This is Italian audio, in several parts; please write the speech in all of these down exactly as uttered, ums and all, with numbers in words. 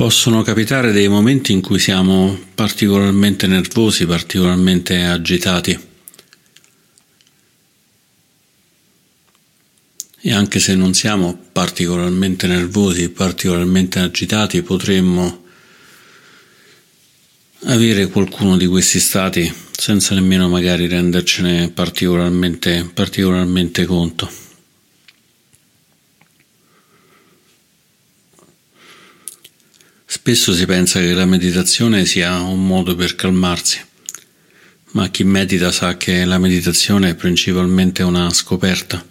Possono capitare dei momenti in cui siamo particolarmente nervosi, particolarmente agitati. E anche se non siamo particolarmente nervosi, particolarmente agitati, potremmo avere qualcuno di questi stati senza nemmeno magari rendercene particolarmente, particolarmente conto. Spesso si pensa che la meditazione sia un modo per calmarsi, ma chi medita sa che la meditazione è principalmente una scoperta.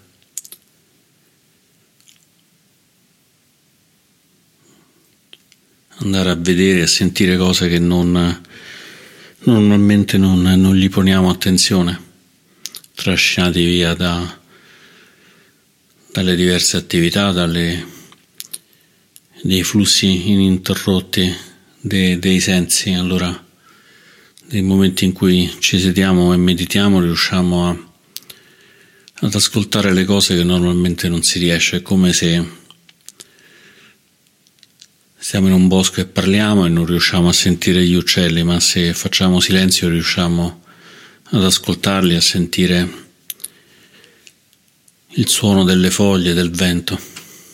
Andare a vedere e a sentire cose che non, normalmente non, non gli poniamo attenzione, trascinati via da, dalle diverse attività, dalle dei flussi ininterrotti dei, dei sensi. Allora, nei momenti in cui ci sediamo e meditiamo, riusciamo a, ad ascoltare le cose che normalmente non si riesce. È come se siamo in un bosco e parliamo e non riusciamo a sentire gli uccelli, ma se facciamo silenzio riusciamo ad ascoltarli, a sentire il suono delle foglie, del vento.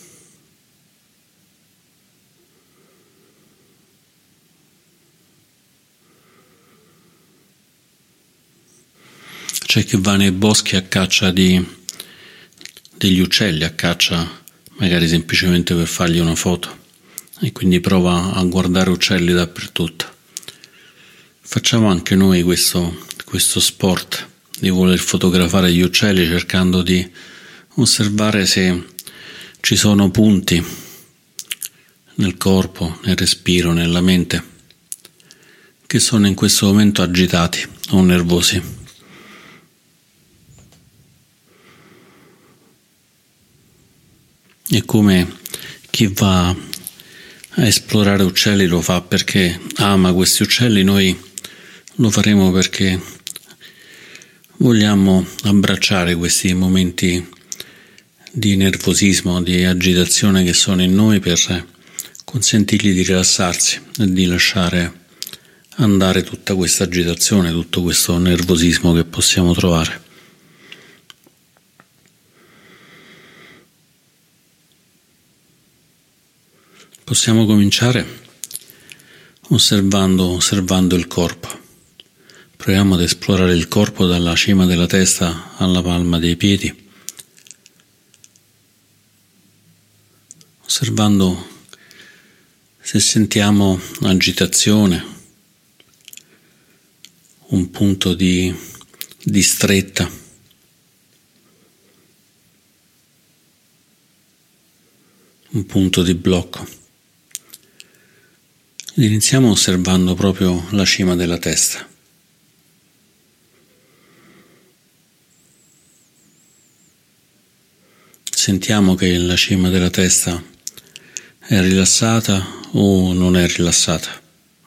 C'è chi va nei boschi a caccia di degli uccelli, a caccia magari semplicemente per fargli una foto, e quindi prova a guardare uccelli dappertutto. Facciamo anche noi questo, questo sport di voler fotografare gli uccelli, cercando di osservare se ci sono punti nel corpo, nel respiro, nella mente, che sono in questo momento agitati o nervosi. E come chi va a esplorare uccelli lo fa perché ama questi uccelli, noi lo faremo perché vogliamo abbracciare questi momenti di nervosismo, di agitazione che sono in noi, per consentirgli di rilassarsi e di lasciare andare tutta questa agitazione, tutto questo nervosismo che possiamo trovare. Possiamo cominciare osservando, osservando il corpo. Proviamo ad esplorare il corpo dalla cima della testa alla palma dei piedi, osservando se sentiamo agitazione, un punto di, di stretta, un punto di blocco. Iniziamo osservando proprio la cima della testa. Sentiamo che la cima della testa è rilassata o non è rilassata.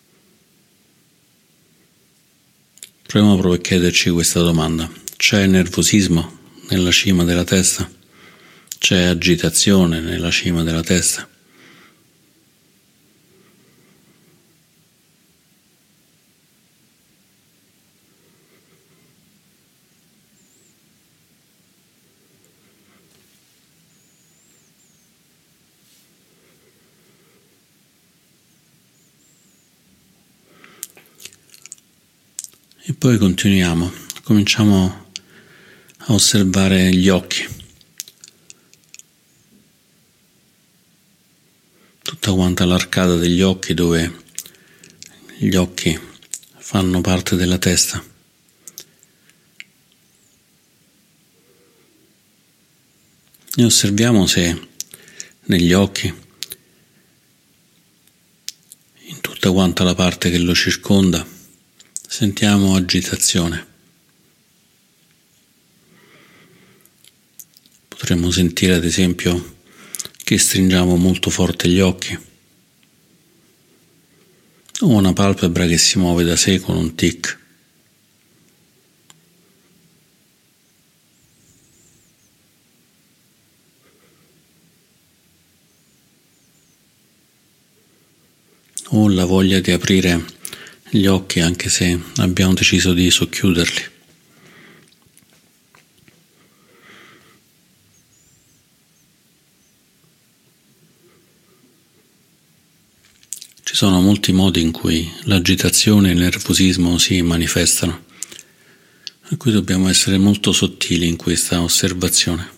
Proviamo proprio a chiederci questa domanda. C'è nervosismo nella cima della testa? C'è agitazione nella cima della testa? E poi continuiamo, cominciamo a osservare gli occhi, tutta quanta l'arcata degli occhi, dove gli occhi fanno parte della testa. E osserviamo se negli occhi, in tutta quanta la parte che lo circonda, sentiamo agitazione. Potremmo sentire ad esempio che stringiamo molto forte gli occhi, o una palpebra che si muove da sé con un tic. o la voglia di aprire gli occhi anche se abbiamo deciso di socchiuderli. Ci sono molti modi in cui l'agitazione e il nervosismo si manifestano, per cui dobbiamo essere molto sottili in questa osservazione.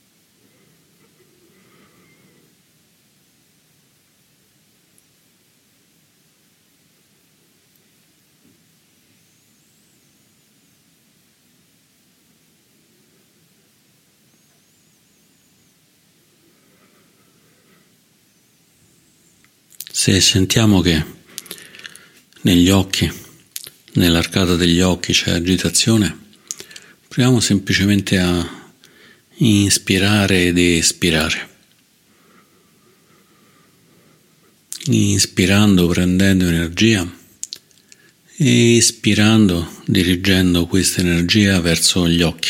Se sentiamo che negli occhi, nell'arcata degli occhi c'è agitazione, proviamo semplicemente a inspirare ed espirare. Inspirando, prendendo energia, e espirando, dirigendo questa energia verso gli occhi.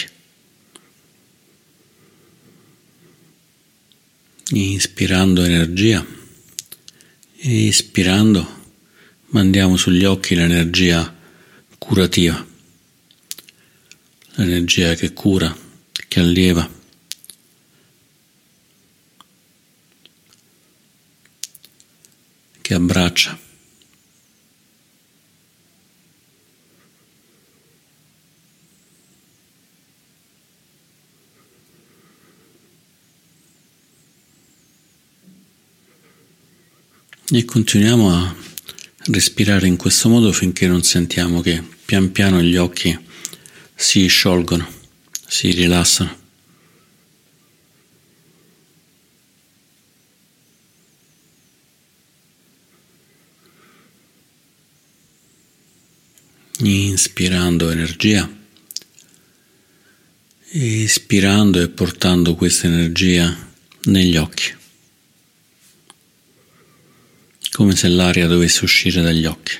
Inspirando energia. Espirando, mandiamo sugli occhi l'energia curativa, l'energia che cura, che allieva. Che abbraccia. E continuiamo a respirare in questo modo finché non sentiamo che pian piano gli occhi si sciolgono, si rilassano. Inspirando energia, espirando e portando questa energia negli occhi. Come se l'aria dovesse uscire dagli occhi.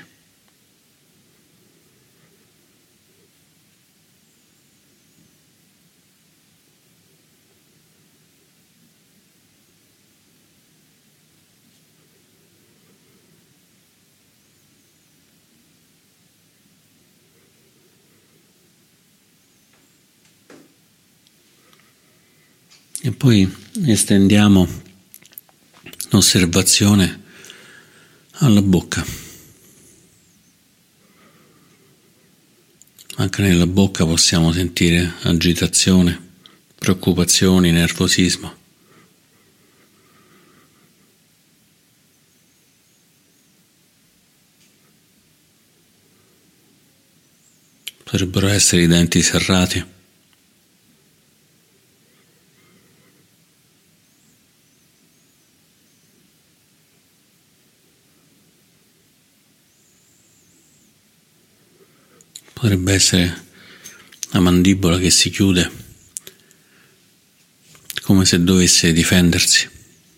E poi estendiamo l'osservazione alla bocca. Anche nella bocca possiamo sentire agitazione, preoccupazioni, nervosismo. Potrebbero essere i denti serrati. Potrebbe essere la mandibola che si chiude, come se dovesse difendersi.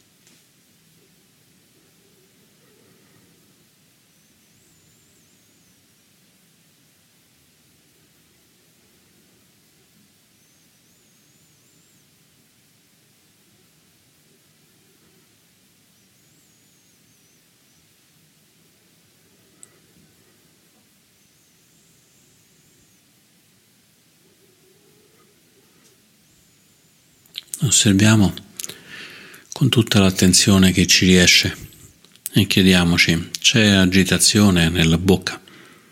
Osserviamo con tutta l'attenzione che ci riesce e chiediamoci: c'è agitazione nella bocca?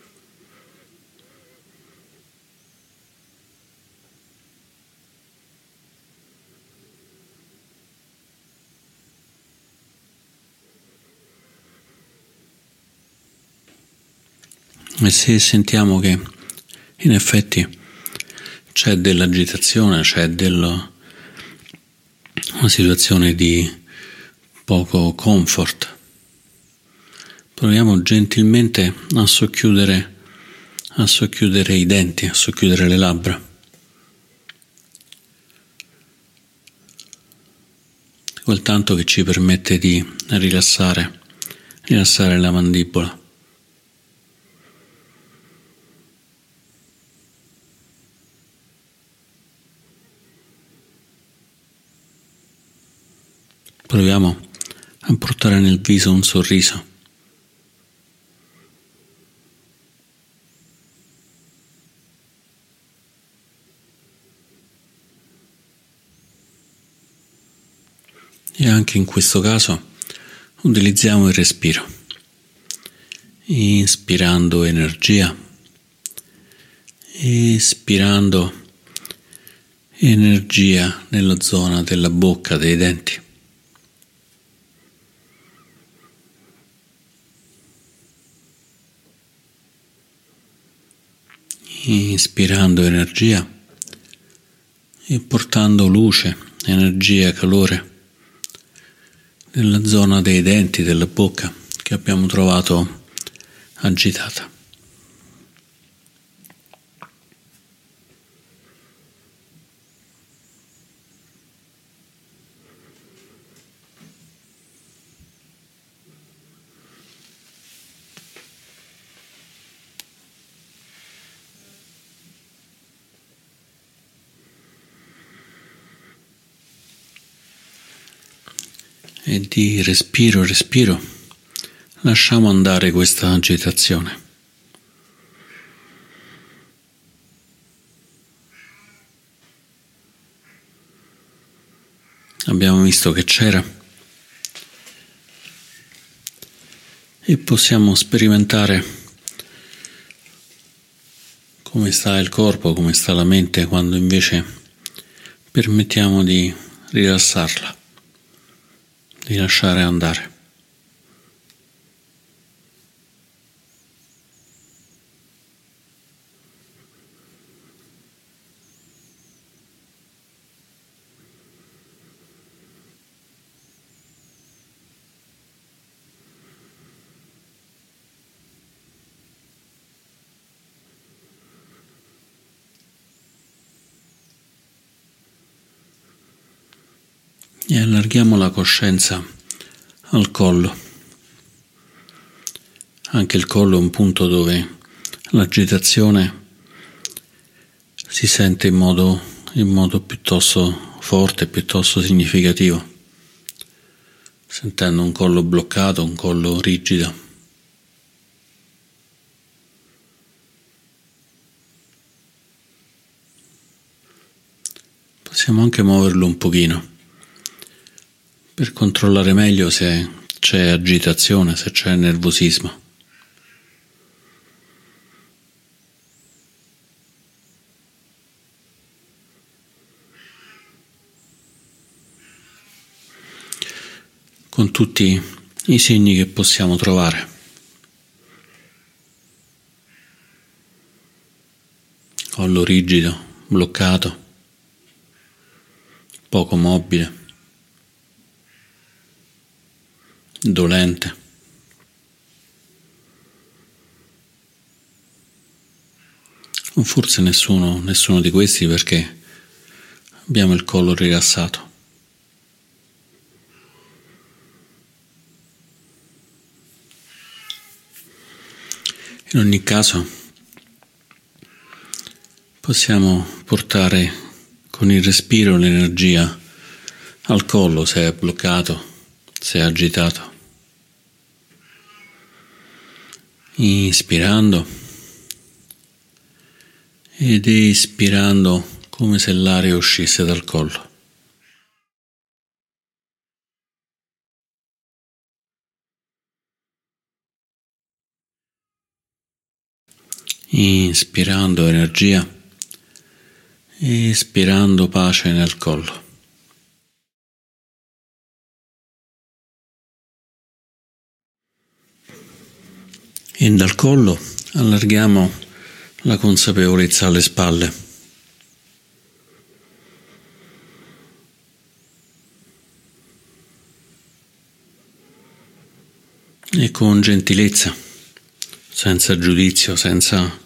E se sentiamo che in effetti c'è dell'agitazione, c'è dello una situazione di poco comfort, proviamo gentilmente a socchiudere, a socchiudere i denti, a socchiudere le labbra. Quel tanto che ci permette di rilassare, rilassare la mandibola. Proviamo a portare nel viso un sorriso, E anche in questo caso utilizziamo il respiro, inspirando energia, espirando energia nella zona della bocca, dei denti. Inspirando energia e portando luce, energia, calore nella zona dei denti, della bocca che abbiamo trovato agitata. E di respiro, respiro, lasciamo andare questa agitazione. Abbiamo visto che c'era e possiamo sperimentare come sta il corpo, come sta la mente quando invece permettiamo di rilassarla, di lasciare andare. E allarghiamo la coscienza al collo. Anche il collo è un punto dove l'agitazione si sente in modo, in modo piuttosto forte, piuttosto significativo, sentendo un collo bloccato, un collo rigido. Possiamo anche muoverlo un pochino per controllare meglio se c'è agitazione, se c'è nervosismo. Con tutti i segni che possiamo trovare. Collo rigido, bloccato, poco mobile, dolente. O forse nessuno, nessuno di questi perché abbiamo il collo rilassato. In ogni caso possiamo portare con il respiro l'energia al collo se è bloccato, se è agitato. Inspirando ed espirando come se l'aria uscisse dal collo. Inspirando energia, espirando pace nel collo. E dal collo allarghiamo la consapevolezza alle spalle. E con gentilezza, senza giudizio, senza,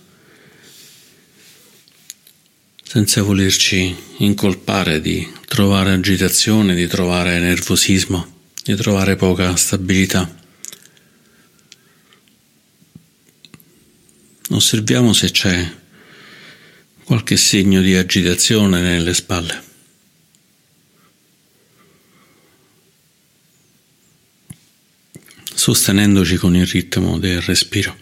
senza volerci incolpare di trovare agitazione, di trovare nervosismo, di trovare poca stabilità. Osserviamo se c'è qualche segno di agitazione nelle spalle. Sostenendoci con il ritmo del respiro.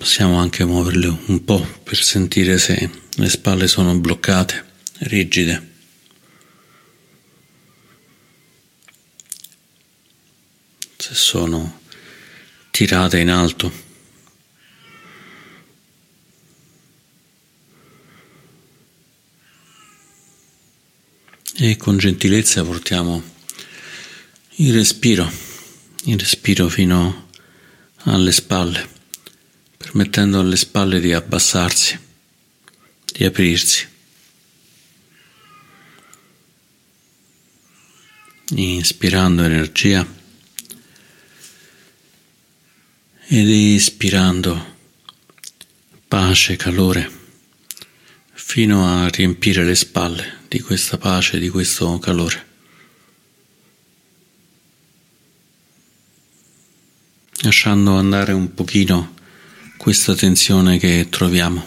Possiamo anche muoverle un po' per sentire se le spalle sono bloccate, rigide. Se sono tirate in alto. E con gentilezza portiamo il respiro, il respiro fino alle spalle, permettendo alle spalle di abbassarsi, di aprirsi. Inspirando energia ed espirando pace, calore, fino a riempire le spalle di questa pace, di questo calore. Lasciando andare un pochino questa tensione che troviamo.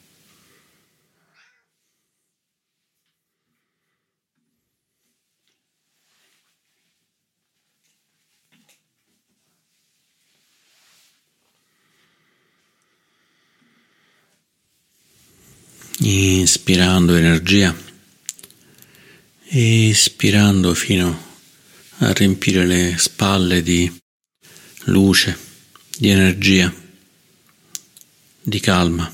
Inspirando energia, espirando fino a riempire le spalle di luce, di energia, di calma.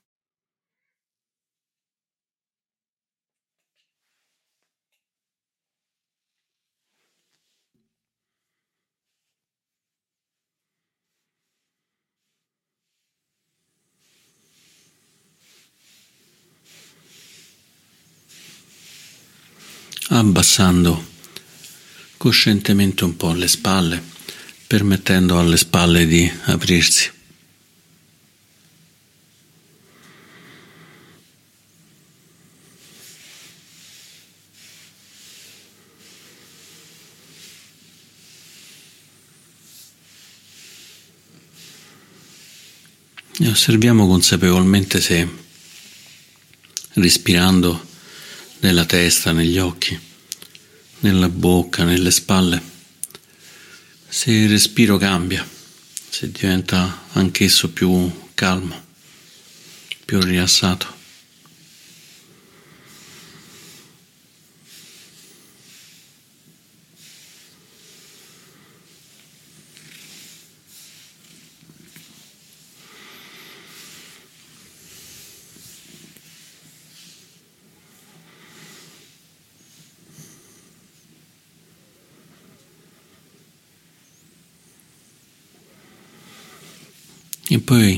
Abbassando coscientemente un po' le spalle, permettendo alle spalle di aprirsi. E osserviamo consapevolmente se, respirando nella testa, negli occhi, nella bocca, nelle spalle, se il respiro cambia, se diventa anch'esso più calmo, più rilassato. E poi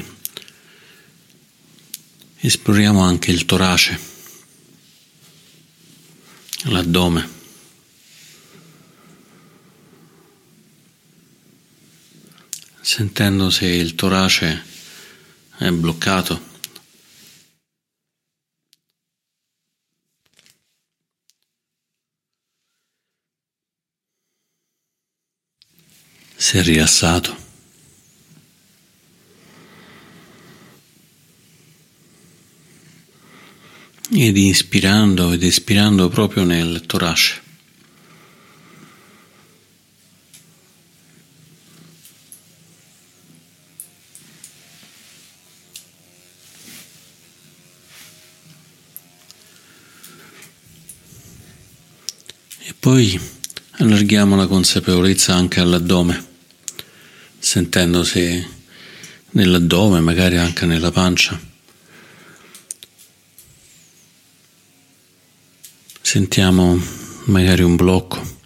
esploriamo anche il torace, l'addome. Sentendo se il torace è bloccato. Se è rilassato. Ed inspirando ed espirando proprio nel torace. E poi allarghiamo la consapevolezza anche all'addome, sentendo se nell'addome, magari anche nella pancia, sentiamo magari un blocco,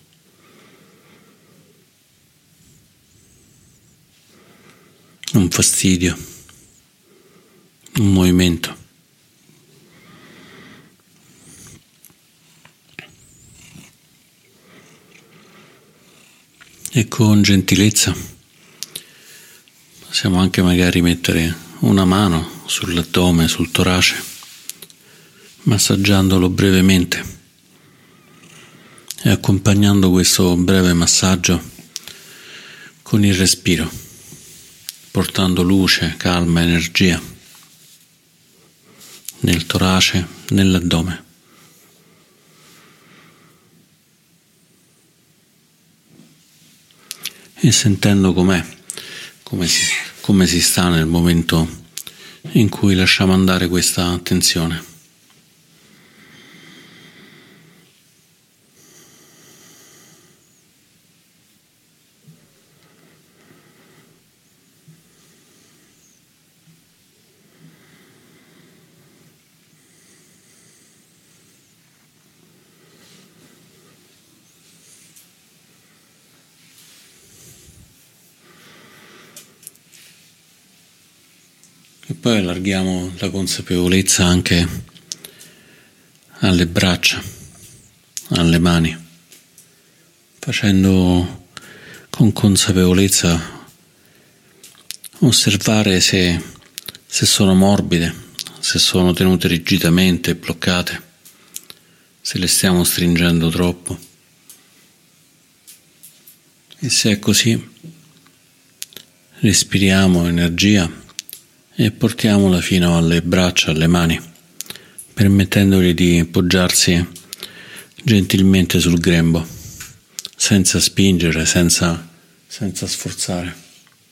un fastidio, un movimento. E con gentilezza possiamo anche magari mettere una mano sull'addome, sul torace, massaggiandolo brevemente. E accompagnando questo breve massaggio con il respiro, portando luce, calma, energia nel torace, nell'addome. E sentendo com'è, come si, come si sta nel momento in cui lasciamo andare questa tensione. E poi allarghiamo la consapevolezza anche alle braccia, alle mani, facendo con consapevolezza osservare se, se sono morbide, se sono tenute rigidamente, bloccate, se le stiamo stringendo troppo. E se è così, respiriamo energia e portiamola fino alle braccia, alle mani, permettendogli di poggiarsi gentilmente sul grembo, senza spingere, senza, senza sforzare.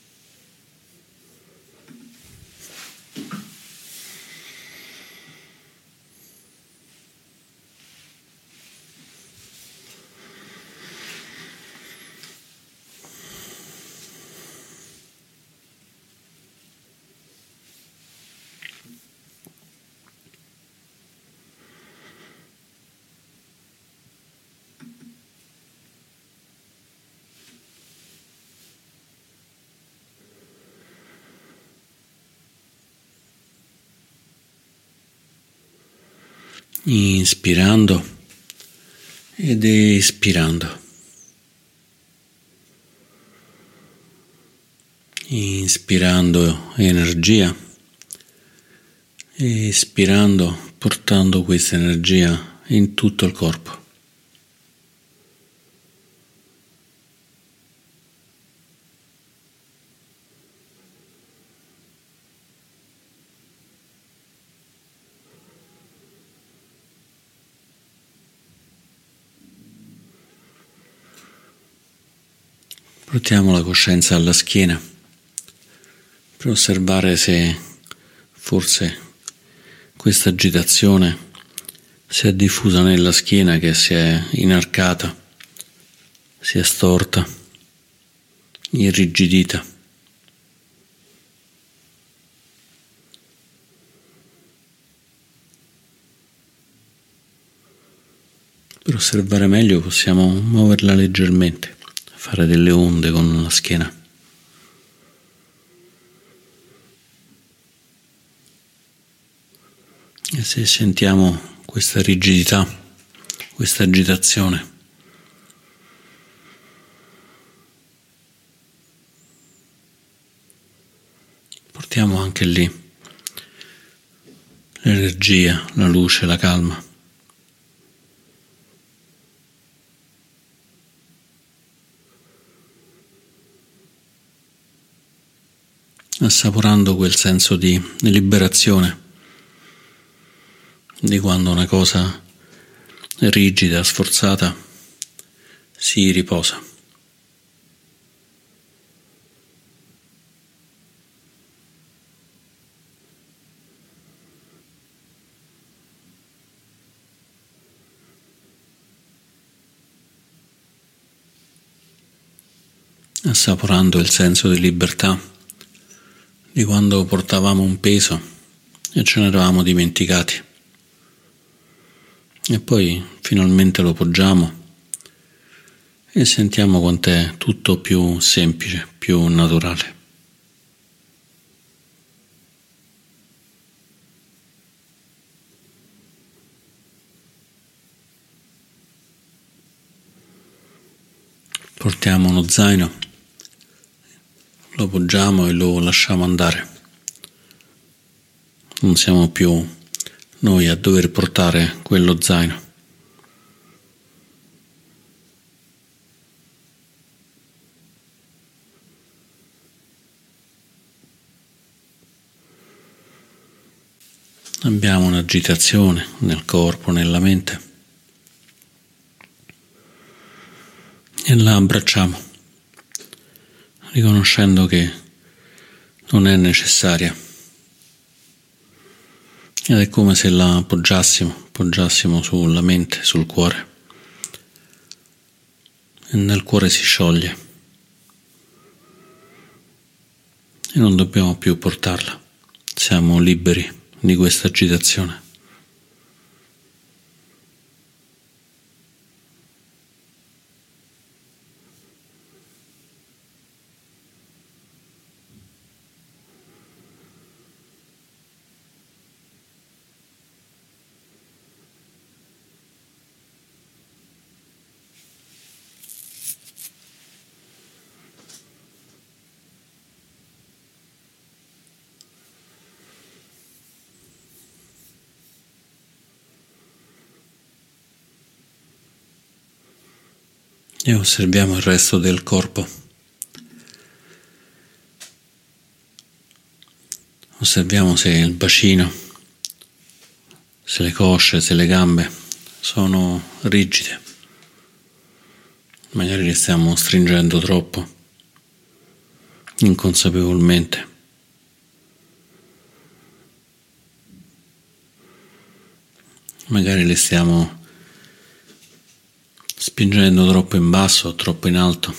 Inspirando ed espirando. Inspirando energia, espirando portando questa energia in tutto il corpo. Portiamo la coscienza alla schiena per osservare se forse questa agitazione si è diffusa nella schiena, che si è inarcata, si è storta, irrigidita. Per osservare meglio possiamo muoverla leggermente, fare delle onde con la schiena. E se sentiamo questa rigidità, questa agitazione, portiamo anche lì l'energia, la luce, la calma. Assaporando quel senso di liberazione di quando una cosa rigida, sforzata, si riposa. Assaporando il senso di libertà di quando portavamo un peso e ce ne eravamo dimenticati. E poi finalmente lo poggiamo e sentiamo quant'è tutto più semplice, più naturale. Portiamo uno zaino, lo poggiamo e lo lasciamo andare. Non siamo più noi a dover portare quello zaino. Abbiamo un'agitazione nel corpo, nella mente e la abbracciamo, riconoscendo che non è necessaria, ed è come se la appoggiassimo, appoggiassimo sulla mente, sul cuore, e nel cuore si scioglie e non dobbiamo più portarla, siamo liberi di questa agitazione. E osserviamo il resto del corpo. Osserviamo se il bacino, se le cosce, se le gambe sono rigide. Magari le stiamo stringendo troppo, inconsapevolmente. Magari le stiamo spingendo troppo in basso o troppo in alto,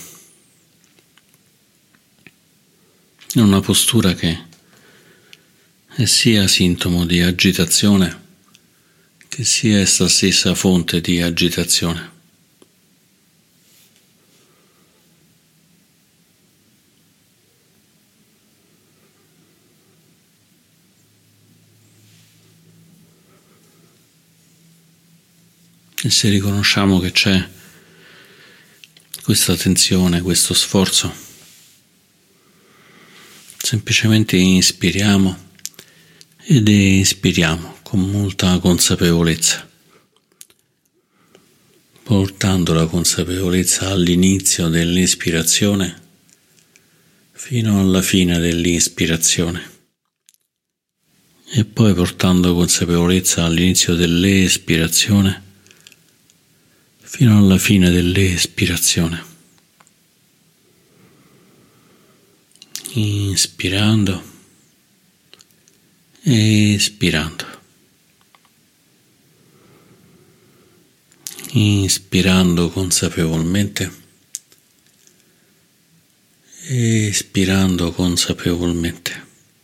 in una postura che è sia sintomo di agitazione che sia essa stessa fonte di agitazione. E se riconosciamo che c'è questa tensione, questo sforzo, semplicemente inspiriamo ed espiriamo con molta consapevolezza, portando la consapevolezza all'inizio dell'ispirazione fino alla fine dell'ispirazione e poi portando consapevolezza all'inizio dell'espirazione fino alla fine dell'espirazione. Inspirando, espirando. Inspirando consapevolmente, espirando consapevolmente.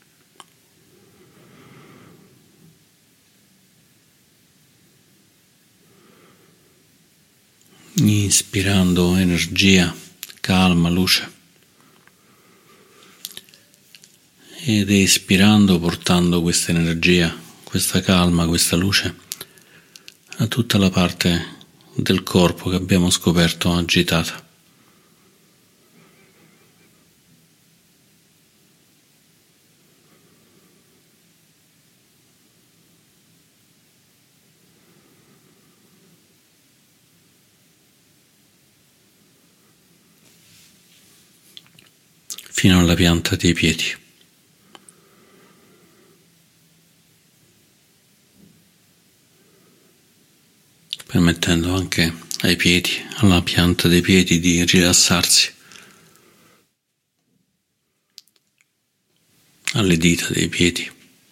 Inspirando energia, calma, luce ed espirando portando questa energia, questa calma, questa luce a tutta la parte del corpo che abbiamo scoperto agitata. Fino alla pianta dei piedi. Permettendo anche ai piedi, alla pianta dei piedi di rilassarsi, alle dita dei piedi.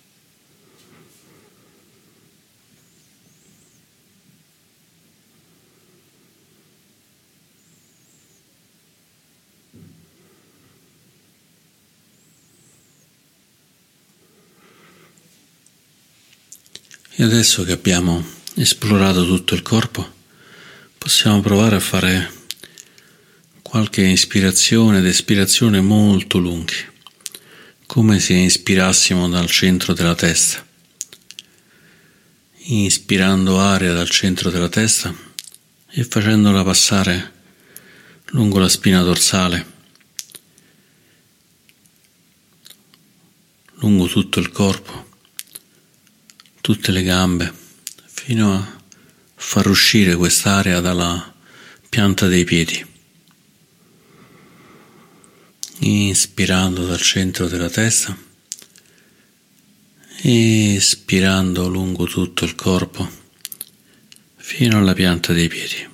E adesso che abbiamo esplorato tutto il corpo, possiamo provare a fare qualche ispirazione ed espirazione molto lunghi, come se ispirassimo dal centro della testa, inspirando aria dal centro della testa e facendola passare lungo la spina dorsale, lungo tutto il corpo, tutte le gambe, fino a far uscire quest'aria dalla pianta dei piedi. Inspirando dal centro della testa, espirando lungo tutto il corpo, fino alla pianta dei piedi.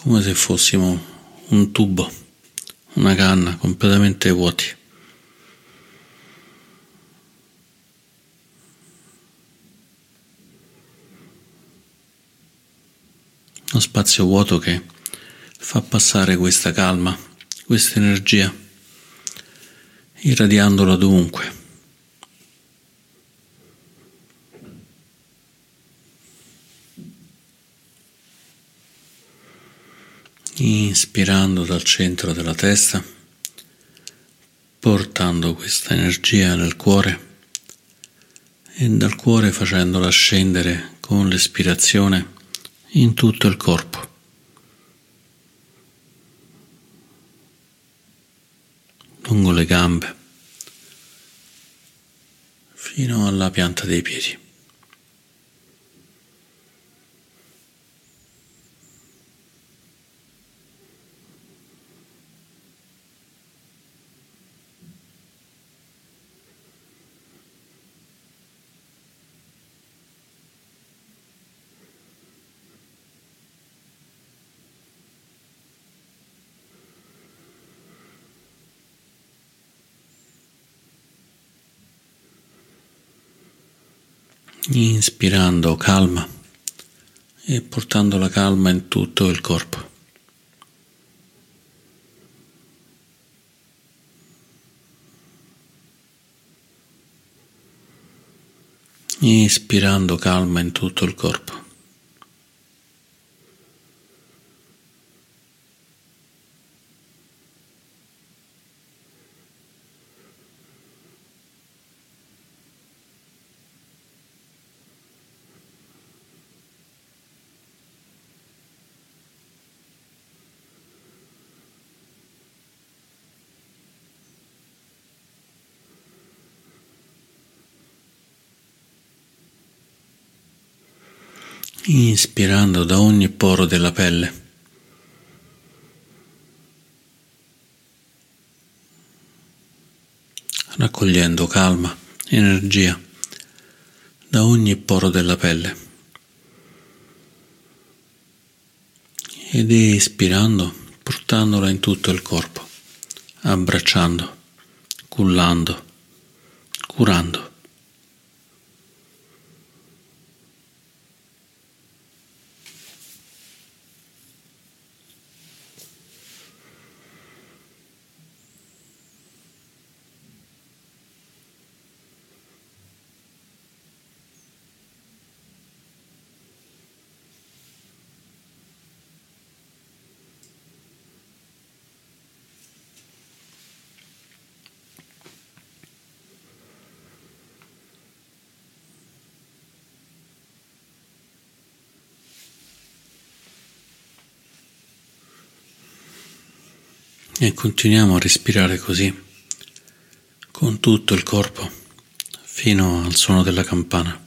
come se fossimo un tubo, una canna completamente vuoti. Uno spazio vuoto che fa passare questa calma, questa energia, irradiandola dovunque. Inspirando dal centro della testa, portando questa energia nel cuore e dal cuore facendola scendere con l'espirazione in tutto il corpo, lungo le gambe, fino alla pianta dei piedi. Inspirando calma e portando la calma in tutto il corpo. Ispirando calma in tutto il corpo. Inspirando da ogni poro della pelle, raccogliendo calma, energia da ogni poro della pelle ed espirando portandola in tutto il corpo, abbracciando, cullando, curando. E continuiamo a respirare così, con tutto il corpo, fino al suono della campana.